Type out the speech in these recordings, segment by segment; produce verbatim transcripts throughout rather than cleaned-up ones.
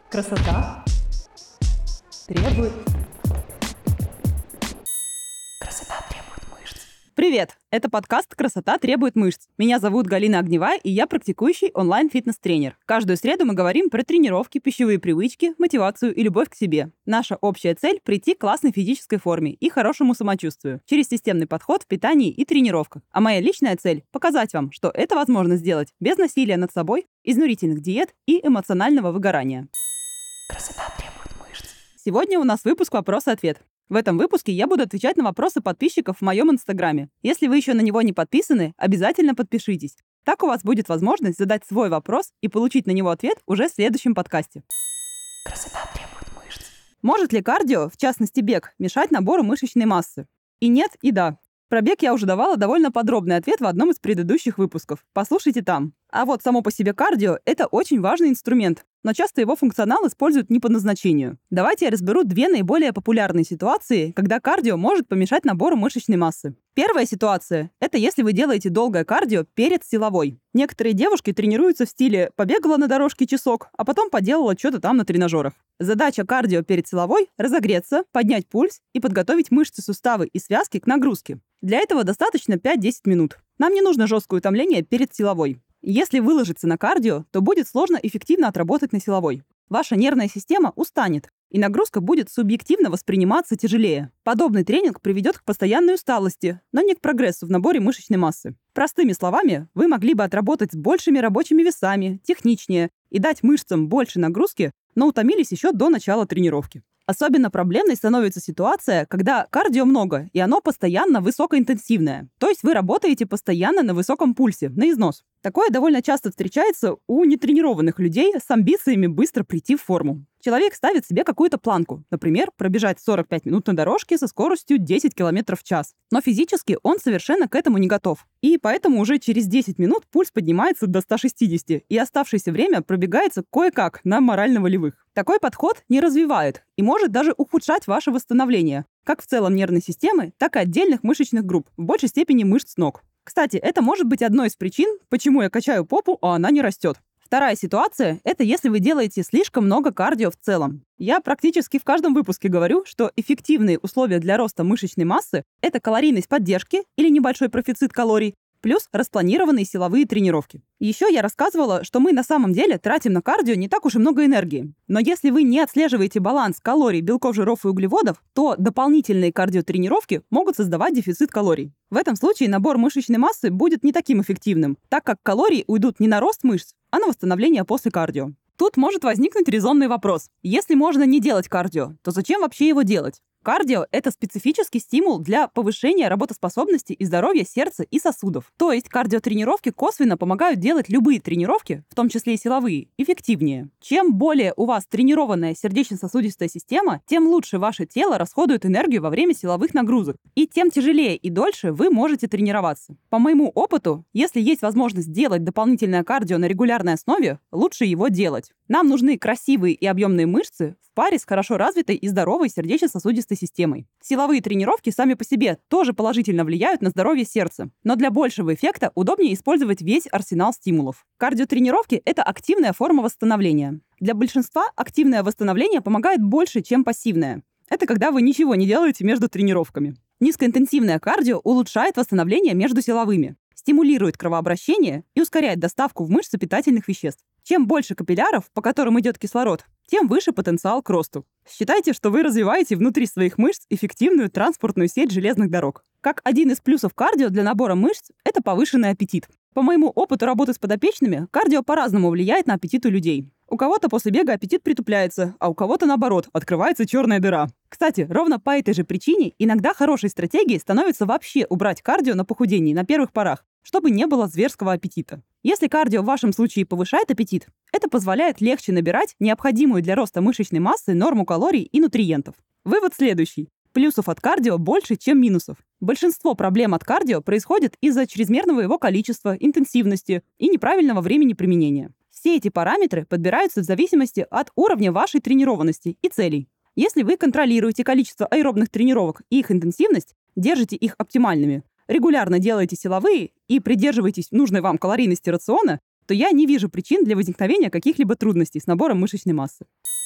Красота требует... Красота требует мышц. Привет! Это подкаст «Красота требует мышц». Меня зовут Галина Огневая, и я практикующий онлайн-фитнес-тренер. Каждую среду мы говорим про тренировки, пищевые привычки, мотивацию и любовь к себе. Наша общая цель – прийти к классной физической форме и хорошему самочувствию через системный подход в питании и тренировках. А моя личная цель – показать вам, что это возможно сделать без насилия над собой, изнурительных диет и эмоционального выгорания. Красота требует мышц. Сегодня у нас выпуск «Вопрос-ответ». В этом выпуске я буду отвечать на вопросы подписчиков в моем инстаграме. Если вы еще на него не подписаны, обязательно подпишитесь. Так у вас будет возможность задать свой вопрос и получить на него ответ уже в следующем подкасте. Красота требует мышц. Может ли кардио, в частности бег, мешать набору мышечной массы? И нет, и да. Про бег я уже давала довольно подробный ответ в одном из предыдущих выпусков. Послушайте там. А вот само по себе кардио – это очень важный инструмент, но часто его функционал используют не по назначению. Давайте я разберу две наиболее популярные ситуации, когда кардио может помешать набору мышечной массы. Первая ситуация – это если вы делаете долгое кардио перед силовой. Некоторые девушки тренируются в стиле «побегала на дорожке часок, а потом поделала что-то там на тренажерах». Задача кардио перед силовой – разогреться, поднять пульс и подготовить мышцы, суставы и связки к нагрузке. Для этого достаточно пять-десять минут. Нам не нужно жесткое утомление перед силовой. Если выложиться на кардио, то будет сложно эффективно отработать на силовой. Ваша нервная система устанет, и нагрузка будет субъективно восприниматься тяжелее. Подобный тренинг приведет к постоянной усталости, но не к прогрессу в наборе мышечной массы. Простыми словами, вы могли бы отработать с большими рабочими весами, техничнее и дать мышцам больше нагрузки, но утомились еще до начала тренировки. Особенно проблемной становится ситуация, когда кардио много, и оно постоянно высокоинтенсивное. То есть вы работаете постоянно на высоком пульсе, на износ. Такое довольно часто встречается у нетренированных людей с амбициями быстро прийти в форму. Человек ставит себе какую-то планку, например, пробежать сорок пять минут на дорожке со скоростью десять километров в час. Но физически он совершенно к этому не готов. И поэтому уже через десять минут пульс поднимается до ста шестидесяти, и оставшееся время пробегается кое-как на морально-волевых. Такой подход не развивает и может даже ухудшать ваше восстановление, как в целом нервной системы, так и отдельных мышечных групп, в большей степени мышц ног. Кстати, это может быть одной из причин, почему я качаю попу, а она не растет. Вторая ситуация – это если вы делаете слишком много кардио в целом. Я практически в каждом выпуске говорю, что эффективные условия для роста мышечной массы – это калорийность поддержки или небольшой профицит калорий, плюс распланированные силовые тренировки. Еще я рассказывала, что мы на самом деле тратим на кардио не так уж и много энергии. Но если вы не отслеживаете баланс калорий, белков, жиров и углеводов, то дополнительные кардиотренировки могут создавать дефицит калорий. В этом случае набор мышечной массы будет не таким эффективным, так как калории уйдут не на рост мышц, а на восстановление после кардио. Тут может возникнуть резонный вопрос. Если можно не делать кардио, то зачем вообще его делать? Кардио – это специфический стимул для повышения работоспособности и здоровья сердца и сосудов. То есть кардиотренировки косвенно помогают делать любые тренировки, в том числе и силовые, эффективнее. Чем более у вас тренированная сердечно-сосудистая система, тем лучше ваше тело расходует энергию во время силовых нагрузок. И тем тяжелее и дольше вы можете тренироваться. По моему опыту, если есть возможность делать дополнительное кардио на регулярной основе, лучше его делать. Нам нужны красивые и объемные мышцы в паре с хорошо развитой и здоровой сердечно-сосудистой системой. Силовые тренировки сами по себе тоже положительно влияют на здоровье сердца, но для большего эффекта удобнее использовать весь арсенал стимулов. Кардиотренировки – это активная форма восстановления. Для большинства активное восстановление помогает больше, чем пассивное. Это когда вы ничего не делаете между тренировками. Низкоинтенсивное кардио улучшает восстановление между силовыми, стимулирует кровообращение и ускоряет доставку в мышцы питательных веществ. Чем больше капилляров, по которым идет кислород, тем выше потенциал к росту. Считайте, что вы развиваете внутри своих мышц эффективную транспортную сеть железных дорог. Как один из плюсов кардио для набора мышц – это повышенный аппетит. По моему опыту работы с подопечными, кардио по-разному влияет на аппетит у людей. У кого-то после бега аппетит притупляется, а у кого-то, наоборот, открывается черная дыра. Кстати, ровно по этой же причине иногда хорошей стратегией становится вообще убрать кардио на похудении на первых порах, чтобы не было зверского аппетита. Если кардио в вашем случае повышает аппетит, это позволяет легче набирать необходимую для роста мышечной массы норму калорий и нутриентов. Вывод следующий. Плюсов от кардио больше, чем минусов. Большинство проблем от кардио происходит из-за чрезмерного его количества, интенсивности и неправильного времени применения. Все эти параметры подбираются в зависимости от уровня вашей тренированности и целей. Если вы контролируете количество аэробных тренировок и их интенсивность, держите их оптимальными, регулярно делаете силовые и придерживаетесь нужной вам калорийности рациона, то я не вижу причин для возникновения каких-либо трудностей с набором мышечной массы.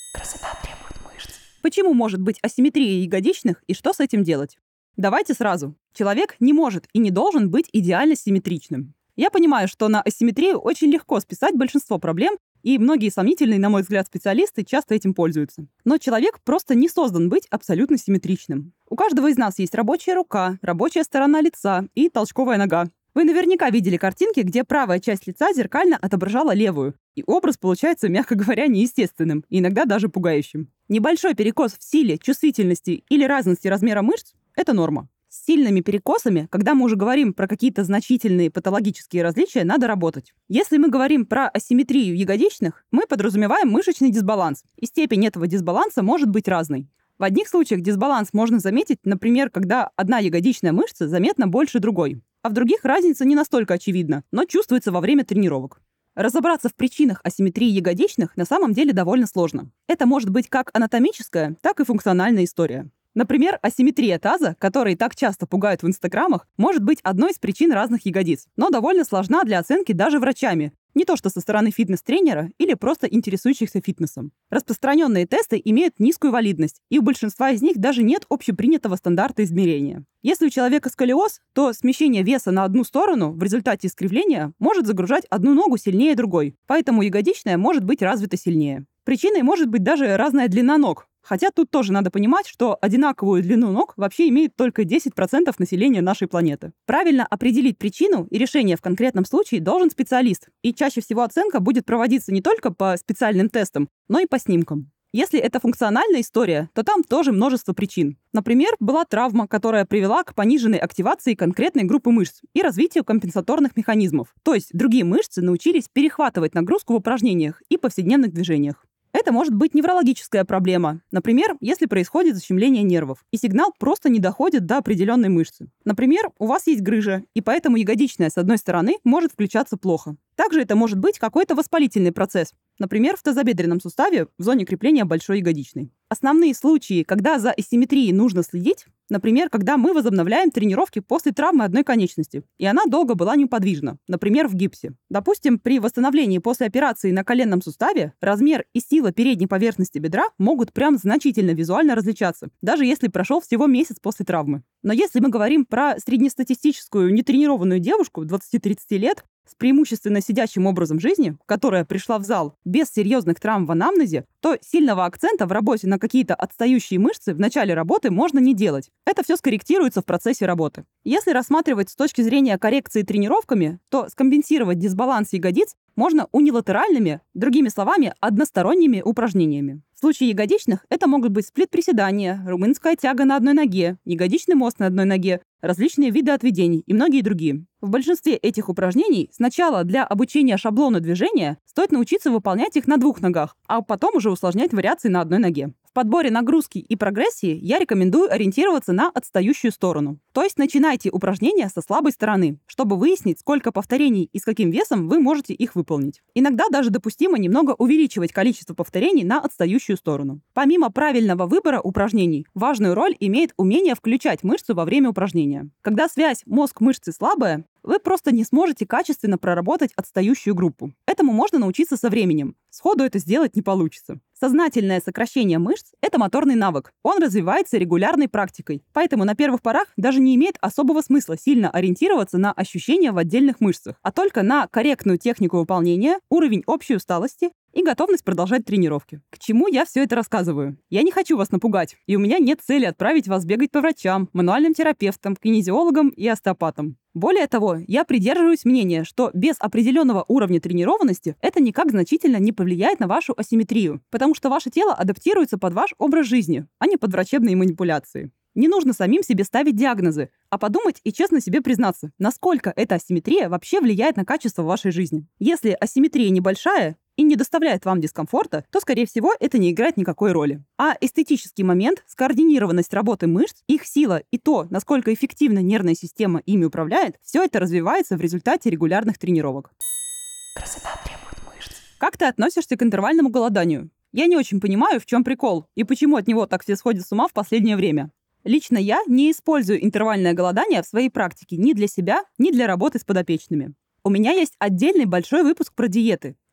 Красота требует мышц. Почему может быть асимметрия ягодичных и что с этим делать? Давайте сразу. Человек не может и не должен быть идеально симметричным. Я понимаю, что на асимметрию очень легко списать большинство проблем, и многие сомнительные, на мой взгляд, специалисты часто этим пользуются. Но человек просто не создан быть абсолютно симметричным. У каждого из нас есть рабочая рука, рабочая сторона лица и толчковая нога. Вы наверняка видели картинки, где правая часть лица зеркально отображала левую, и образ получается, мягко говоря, неестественным, и иногда даже пугающим. Небольшой перекос в силе, чувствительности или разности размера мышц – это норма. С сильными перекосами, когда мы уже говорим про какие-то значительные патологические различия, надо работать. Если мы говорим про асимметрию ягодичных, мы подразумеваем мышечный дисбаланс, и степень этого дисбаланса может быть разной. В одних случаях дисбаланс можно заметить, например, когда одна ягодичная мышца заметно больше другой, а в других разница не настолько очевидна, но чувствуется во время тренировок. Разобраться в причинах асимметрии ягодичных на самом деле довольно сложно. Это может быть как анатомическая, так и функциональная история. Например, асимметрия таза, которой так часто пугают в инстаграмах, может быть одной из причин разных ягодиц, но довольно сложна для оценки даже врачами, не то что со стороны фитнес-тренера или просто интересующихся фитнесом. Распространенные тесты имеют низкую валидность, и у большинства из них даже нет общепринятого стандарта измерения. Если у человека сколиоз, то смещение веса на одну сторону в результате искривления может загружать одну ногу сильнее другой, поэтому ягодичная может быть развита сильнее. Причиной может быть даже разная длина ног. Хотя тут тоже надо понимать, что одинаковую длину ног вообще имеет только десять процентов населения нашей планеты. Правильно определить причину и решение в конкретном случае должен специалист. И чаще всего оценка будет проводиться не только по специальным тестам, но и по снимкам. Если это функциональная история, то там тоже множество причин. Например, была травма, которая привела к пониженной активации конкретной группы мышц и развитию компенсаторных механизмов. То есть другие мышцы научились перехватывать нагрузку в упражнениях и повседневных движениях. Это может быть неврологическая проблема. Например, если происходит защемление нервов, и сигнал просто не доходит до определенной мышцы. Например, у вас есть грыжа, и поэтому ягодичная с одной стороны может включаться плохо. Также это может быть какой-то воспалительный процесс. Например, в тазобедренном суставе в зоне крепления большой ягодичной. Основные случаи, когда за асимметрией нужно следить, например, когда мы возобновляем тренировки после травмы одной конечности, и она долго была неподвижна, например, в гипсе. Допустим, при восстановлении после операции на коленном суставе размер и сила передней поверхности бедра могут прям значительно визуально различаться, даже если прошел всего месяц после травмы. Но если мы говорим про среднестатистическую нетренированную девушку двадцати-тридцати лет, с преимущественно сидячим образом жизни, которая пришла в зал без серьезных травм в анамнезе, то сильного акцента в работе на какие-то отстающие мышцы в начале работы можно не делать. Это все скорректируется в процессе работы. Если рассматривать с точки зрения коррекции тренировками, то скомпенсировать дисбаланс ягодиц можно унилатеральными, другими словами, односторонними упражнениями. В случае ягодичных это могут быть сплит-приседания, румынская тяга на одной ноге, ягодичный мост на одной ноге, различные виды отведений и многие другие. В большинстве этих упражнений сначала для обучения шаблону движения стоит научиться выполнять их на двух ногах, а потом уже усложнять вариации на одной ноге. В подборе нагрузки и прогрессии я рекомендую ориентироваться на отстающую сторону. То есть начинайте упражнения со слабой стороны, чтобы выяснить, сколько повторений и с каким весом вы можете их выполнить. Иногда даже допустимо немного увеличивать количество повторений на отстающую сторону. Помимо правильного выбора упражнений, важную роль имеет умение включать мышцу во время упражнения. Когда связь мозг-мышцы слабая, вы просто не сможете качественно проработать отстающую группу. Этому можно научиться со временем. Сходу это сделать не получится. Сознательное сокращение мышц – это моторный навык. Он развивается регулярной практикой. Поэтому на первых порах даже не имеет особого смысла сильно ориентироваться на ощущения в отдельных мышцах, а только на корректную технику выполнения, уровень общей усталости и готовность продолжать тренировки. К чему я все это рассказываю? Я не хочу вас напугать, и у меня нет цели отправить вас бегать по врачам, мануальным терапевтам, кинезиологам и остеопатам. Более того, я придерживаюсь мнения, что без определенного уровня тренированности это никак значительно не повлияет на вашу асимметрию, потому что ваше тело адаптируется под ваш образ жизни, а не под врачебные манипуляции. Не нужно самим себе ставить диагнозы, а подумать и честно себе признаться, насколько эта асимметрия вообще влияет на качество вашей жизни. Если асимметрия небольшая и не доставляет вам дискомфорта, то, скорее всего, это не играет никакой роли. А эстетический момент, скоординированность работы мышц, их сила и то, насколько эффективно нервная система ими управляет, все это развивается в результате регулярных тренировок. Красота требует мышц. Как ты относишься к интервальному голоданию? Я не очень понимаю, в чем прикол и почему от него так все сходят с ума в последнее время. Лично я не использую интервальное голодание в своей практике ни для себя, ни для работы с подопечными. У меня есть отдельный большой выпуск про диеты.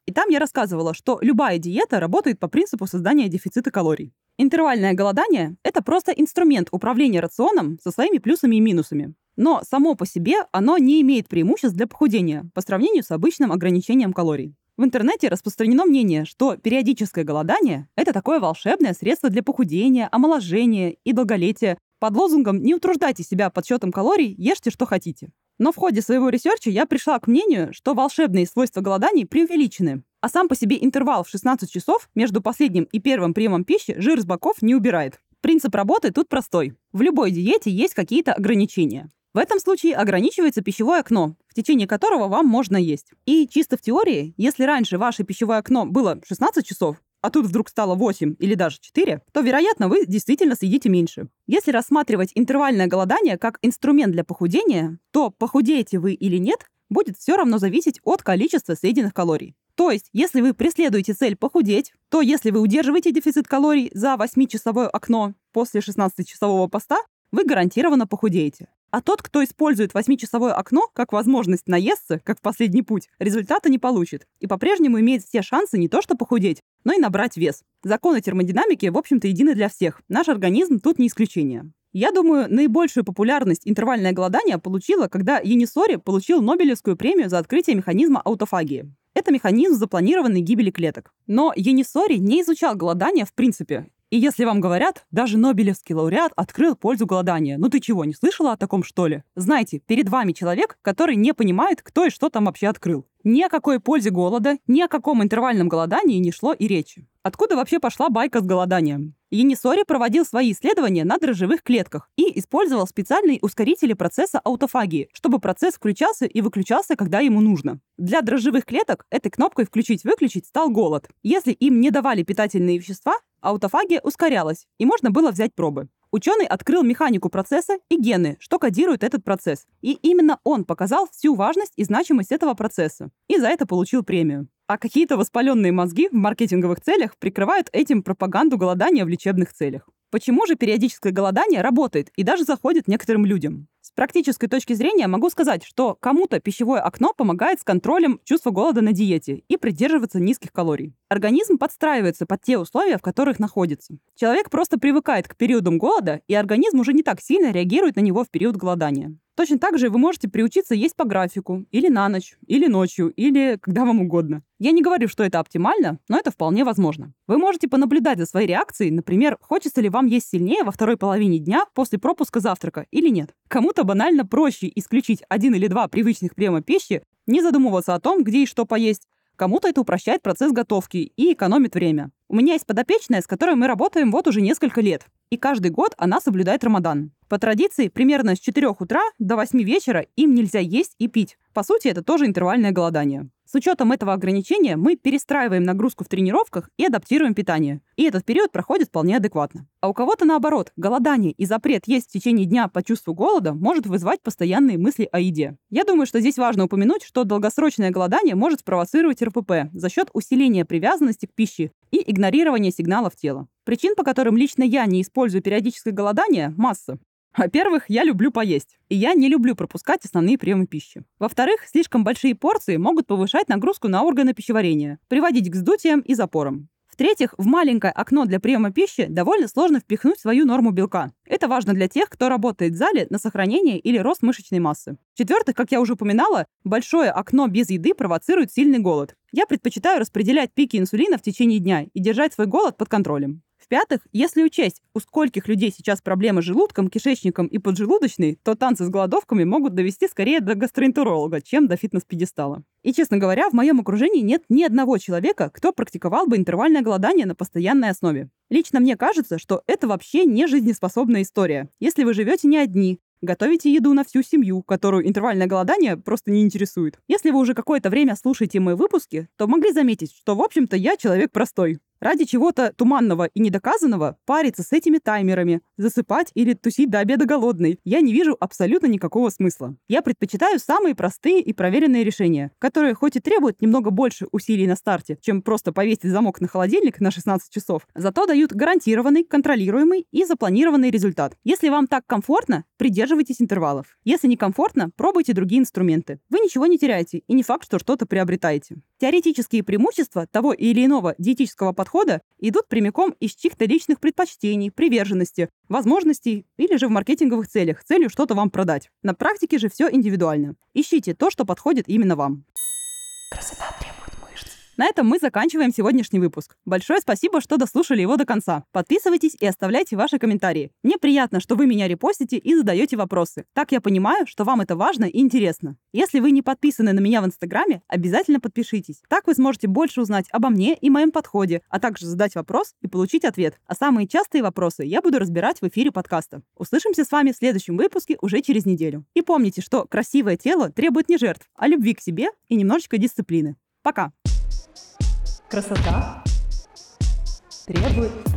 И там я рассказывала, что любая диета работает по принципу создания дефицита калорий. Интервальное голодание – это просто инструмент управления рационом со своими плюсами и минусами. Но само по себе оно не имеет преимуществ для похудения по сравнению с обычным ограничением калорий. В интернете распространено мнение, что периодическое голодание – это такое волшебное средство для похудения, омоложения и долголетия. Под лозунгом «Не утруждайте себя подсчетом калорий, ешьте, что хотите». Но в ходе своего ресерча я пришла к мнению, что волшебные свойства голоданий преувеличены, а сам по себе интервал в шестнадцать часов между последним и первым приемом пищи жир с боков не убирает. Принцип работы тут простой. В любой диете есть какие-то ограничения. В этом случае ограничивается пищевое окно, в течение которого вам можно есть. И чисто в теории, если раньше ваше пищевое окно было шестнадцать часов, а тут вдруг стало восемь или даже четыре, то, вероятно, вы действительно съедите меньше. Если рассматривать интервальное голодание как инструмент для похудения, то похудеете вы или нет, будет все равно зависеть от количества съеденных калорий. То есть, если вы преследуете цель похудеть, то если вы удерживаете дефицит калорий за восьмичасовое окно после шестнадцатичасового поста, вы гарантированно похудеете. А тот, кто использует восьмичасовое окно как возможность наесться, как в последний путь, результата не получит. И по-прежнему имеет все шансы не то что похудеть, но и набрать вес. Законы термодинамики, в общем-то, едины для всех. Наш организм тут не исключение. Я думаю, наибольшую популярность интервальное голодание получило, когда Енисори получил Нобелевскую премию за открытие механизма аутофагии. Это механизм запланированной гибели клеток. Но Енисори не изучал голодание в принципе. И если вам говорят, даже Нобелевский лауреат открыл пользу голодания, ну ты чего, не слышала о таком, что ли? Знайте, перед вами человек, который не понимает, кто и что там вообще открыл. Ни о какой пользе голода, ни о каком интервальном голодании не шло и речи. Откуда вообще пошла байка с голоданием? Енисори проводил свои исследования на дрожжевых клетках и использовал специальные ускорители процесса аутофагии, чтобы процесс включался и выключался, когда ему нужно. Для дрожжевых клеток этой кнопкой «включить-выключить» стал голод. Если им не давали питательные вещества, аутофагия ускорялась, и можно было взять пробы. Ученый открыл механику процесса и гены, что кодирует этот процесс. И именно он показал всю важность и значимость этого процесса. И за это получил премию. А какие-то воспаленные мозги в маркетинговых целях прикрывают этим пропаганду голодания в лечебных целях. Почему же периодическое голодание работает и даже заходит некоторым людям? С практической точки зрения могу сказать, что кому-то пищевое окно помогает с контролем чувства голода на диете и придерживаться низких калорий. Организм подстраивается под те условия, в которых находится. Человек просто привыкает к периодам голода, и организм уже не так сильно реагирует на него в период голодания. Точно так же вы можете приучиться есть по графику, или на ночь, или ночью, или когда вам угодно. Я не говорю, что это оптимально, но это вполне возможно. Вы можете понаблюдать за своей реакцией, например, хочется ли вам есть сильнее во второй половине дня после пропуска завтрака или нет. Кому-то банально проще исключить один или два привычных приема пищи, не задумываться о том, где и что поесть. Кому-то это упрощает процесс готовки и экономит время. У меня есть подопечная, с которой мы работаем вот уже несколько лет. И каждый год она соблюдает Рамадан. По традиции, примерно с четырёх утра до восьми вечера им нельзя есть и пить. По сути, это тоже интервальное голодание. С учетом этого ограничения мы перестраиваем нагрузку в тренировках и адаптируем питание. И этот период проходит вполне адекватно. А у кого-то наоборот, голодание и запрет есть в течение дня по чувству голода может вызвать постоянные мысли о еде. Я думаю, что здесь важно упомянуть, что долгосрочное голодание может спровоцировать эр пэ пэ за счет усиления привязанности к пище и игнорирования сигналов тела. Причин, по которым лично я не использую периодическое голодание, масса. Во-первых, я люблю поесть, и я не люблю пропускать основные приемы пищи. Во-вторых, слишком большие порции могут повышать нагрузку на органы пищеварения, приводить к вздутиям и запорам. В-третьих, в маленькое окно для приема пищи довольно сложно впихнуть свою норму белка. Это важно для тех, кто работает в зале на сохранение или рост мышечной массы. В-четвертых, как я уже упоминала, большое окно без еды провоцирует сильный голод. Я предпочитаю распределять пики инсулина в течение дня и держать свой голод под контролем. В-пятых, если учесть, у скольких людей сейчас проблемы с желудком, кишечником и поджелудочной, то танцы с голодовками могут довести скорее до гастроэнтеролога, чем до фитнес-пьедестала. И, честно говоря, в моем окружении нет ни одного человека, кто практиковал бы интервальное голодание на постоянной основе. Лично мне кажется, что это вообще не жизнеспособная история. Если вы живете не одни, готовите еду на всю семью, которую интервальное голодание просто не интересует. Если вы уже какое-то время слушаете мои выпуски, то могли заметить, что, в общем-то, я человек простой. Ради чего-то туманного и недоказанного париться с этими таймерами, засыпать или тусить до обеда голодной я не вижу абсолютно никакого смысла. Я предпочитаю самые простые и проверенные решения, которые хоть и требуют немного больше усилий на старте, чем просто повесить замок на холодильник на шестнадцать часов, зато дают гарантированный, контролируемый и запланированный результат. Если вам так комфортно, придерживайтесь интервалов. Если некомфортно, пробуйте другие инструменты. Вы ничего не теряете и не факт, что что-то приобретаете. Теоретические преимущества того или иного диетического подхода идут прямиком из чьих-то личных предпочтений, приверженности, возможностей или же в маркетинговых целях, целью что-то вам продать. На практике же все индивидуально. Ищите то, что подходит именно вам. Красота требует мышц. На этом мы заканчиваем сегодняшний выпуск. Большое спасибо, что дослушали его до конца. Подписывайтесь и оставляйте ваши комментарии. Мне приятно, что вы меня репостите и задаете вопросы. Так я понимаю, что вам это важно и интересно. Если вы не подписаны на меня в Инстаграме, обязательно подпишитесь. Так вы сможете больше узнать обо мне и моем подходе, а также задать вопрос и получить ответ. А самые частые вопросы я буду разбирать в эфире подкаста. Услышимся с вами в следующем выпуске уже через неделю. И помните, что красивое тело требует не жертв, а любви к себе и немножечко дисциплины. Пока! Красота требует